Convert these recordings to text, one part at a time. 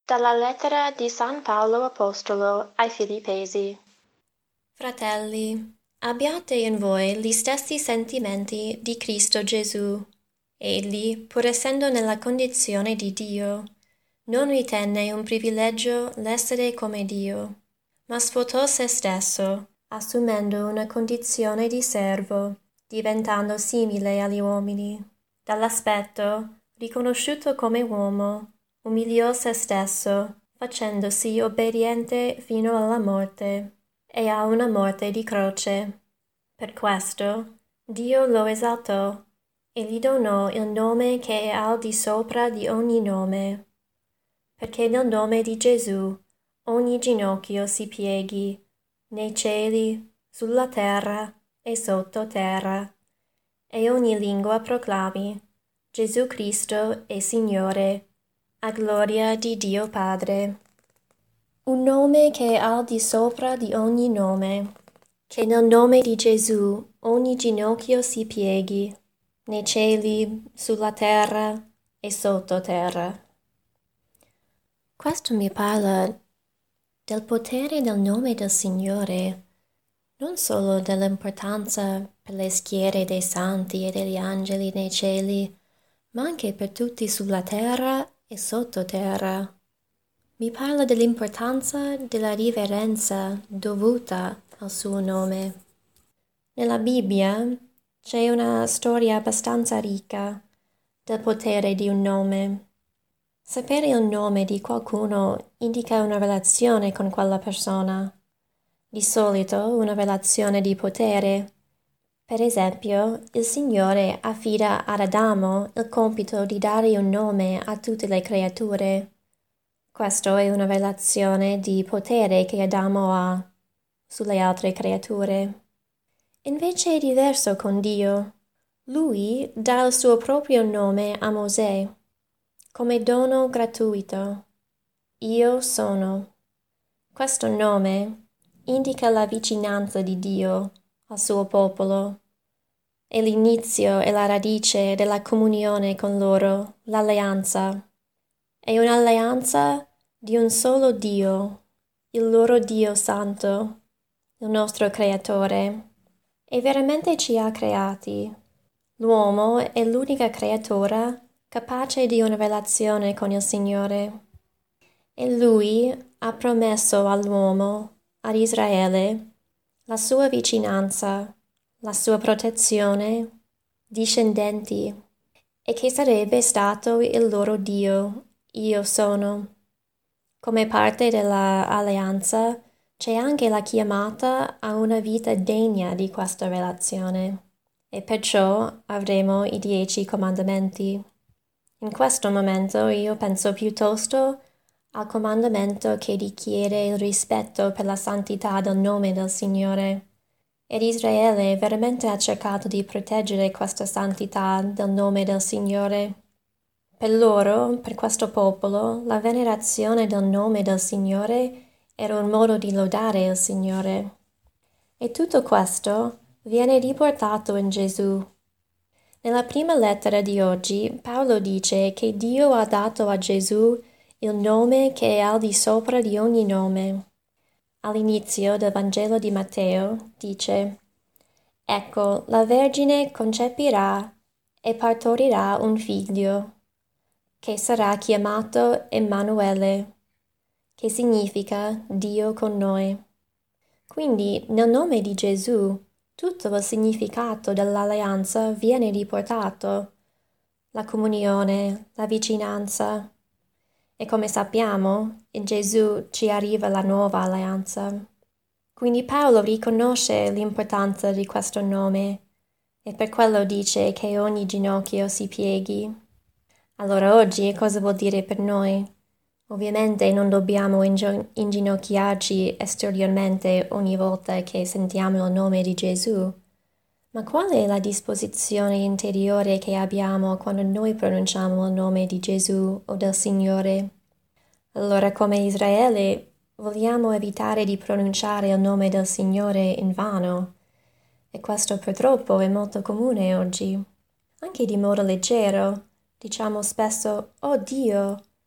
Dalla lettera di San Paolo Apostolo ai Filippesi. Fratelli, abbiate in voi gli stessi sentimenti di Cristo Gesù. Egli, pur essendo nella condizione di Dio, non ritenne un privilegio l'essere come Dio, ma svuotò se stesso, assumendo una condizione di servo, diventando simile agli uomini. Dall'aspetto, riconosciuto come uomo, umiliò se stesso, facendosi obbediente fino alla morte, e a una morte di croce. Per questo Dio lo esaltò e gli donò il nome che è al di sopra di ogni nome, perché nel nome di Gesù ogni ginocchio si pieghi, nei cieli, sulla terra e sottoterra, e ogni lingua proclami: Gesù Cristo è Signore, a gloria di Dio Padre. Un nome che è al di sopra di ogni nome, che nel nome di Gesù ogni ginocchio si pieghi, nei cieli, sulla terra e sottoterra. Questo mi parla del potere del nome del Signore, non solo dell'importanza per le schiere dei santi e degli angeli nei cieli, ma anche per tutti sulla terra e sottoterra. Mi parla dell'importanza della riverenza dovuta al suo nome. Nella Bibbia c'è una storia abbastanza ricca del potere di un nome. Sapere il nome di qualcuno indica una relazione con quella persona, di solito una relazione di potere. Per esempio, il Signore affida ad Adamo il compito di dare un nome a tutte le creature. Questa è una relazione di potere che Adamo ha sulle altre creature. Invece è diverso con Dio. Lui dà il suo proprio nome a Mosè, come dono gratuito. Io sono. Questo nome indica la vicinanza di Dio al suo popolo. È l'inizio e la radice della comunione con loro, l'alleanza. È un'alleanza di un solo Dio, il loro Dio Santo, il nostro Creatore, e veramente ci ha creati. L'uomo è l'unica creatura capace di una relazione con il Signore. E Lui ha promesso all'uomo, ad Israele, la sua vicinanza, la sua protezione, discendenti, e che sarebbe stato il loro Dio. Io sono. Come parte della alleanza c'è anche la chiamata a una vita degna di questa relazione, e perciò avremo i 10 comandamenti. In questo momento io penso piuttosto al comandamento che richiede il rispetto per la santità del nome del Signore. Ed Israele veramente ha cercato di proteggere questa santità del nome del Signore. Per loro, per questo popolo, la venerazione del nome del Signore era un modo di lodare il Signore. E tutto questo viene riportato in Gesù. Nella prima lettera di oggi, Paolo dice che Dio ha dato a Gesù il nome che è al di sopra di ogni nome. All'inizio del Vangelo di Matteo dice: Ecco, la Vergine concepirà e partorirà un figlio, che sarà chiamato Emanuele, che significa Dio con noi. Quindi nel nome di Gesù tutto il significato dell'alleanza viene riportato, la comunione, la vicinanza. E come sappiamo, in Gesù ci arriva la nuova alleanza. Quindi Paolo riconosce l'importanza di questo nome e per quello dice che ogni ginocchio si pieghi. Allora oggi cosa vuol dire per noi? Ovviamente non dobbiamo inginocchiarci esteriormente ogni volta che sentiamo il nome di Gesù, ma qual è la disposizione interiore che abbiamo quando noi pronunciamo il nome di Gesù o del Signore? Allora, come Israele, vogliamo evitare di pronunciare il nome del Signore in vano, e questo purtroppo è molto comune oggi, anche di modo leggero. Diciamo spesso, oh Dio,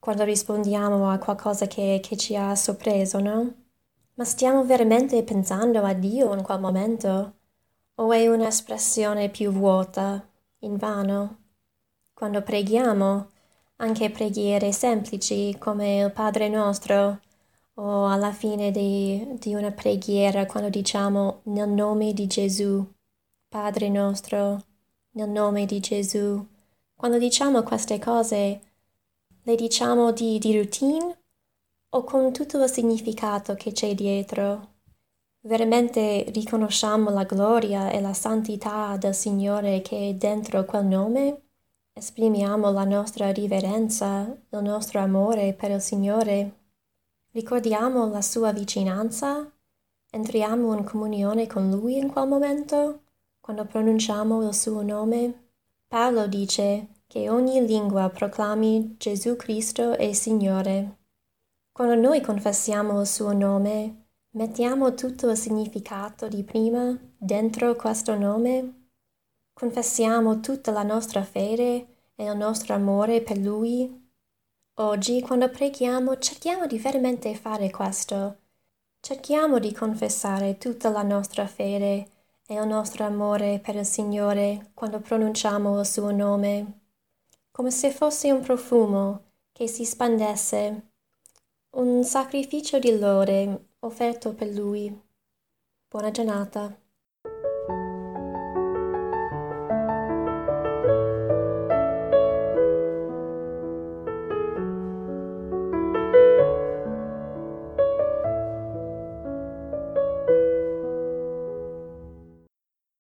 quando rispondiamo a qualcosa che ci ha sorpreso, no? Ma stiamo veramente pensando a Dio in quel momento? O è un'espressione più vuota, invano? Quando preghiamo, anche preghiere semplici come il Padre nostro, o alla fine di una preghiera quando diciamo nel nome di Gesù, Padre nostro, nel nome di Gesù. Quando diciamo queste cose, le diciamo di routine o con tutto il significato che c'è dietro? Veramente riconosciamo la gloria e la santità del Signore che è dentro quel nome? Esprimiamo la nostra riverenza, il nostro amore per il Signore? Ricordiamo la sua vicinanza? Entriamo in comunione con Lui in quel momento, quando pronunciamo il suo nome? Paolo dice che ogni lingua proclami Gesù Cristo è Signore. Quando noi confessiamo il suo nome, mettiamo tutto il significato di prima dentro questo nome? Confessiamo tutta la nostra fede e il nostro amore per Lui? Oggi, quando preghiamo, cerchiamo di veramente fare questo. Cerchiamo di confessare tutta la nostra fede e il nostro amore per il Signore quando pronunciamo il suo nome, come se fosse un profumo che si spandesse, un sacrificio di lode offerto per Lui. Buona giornata.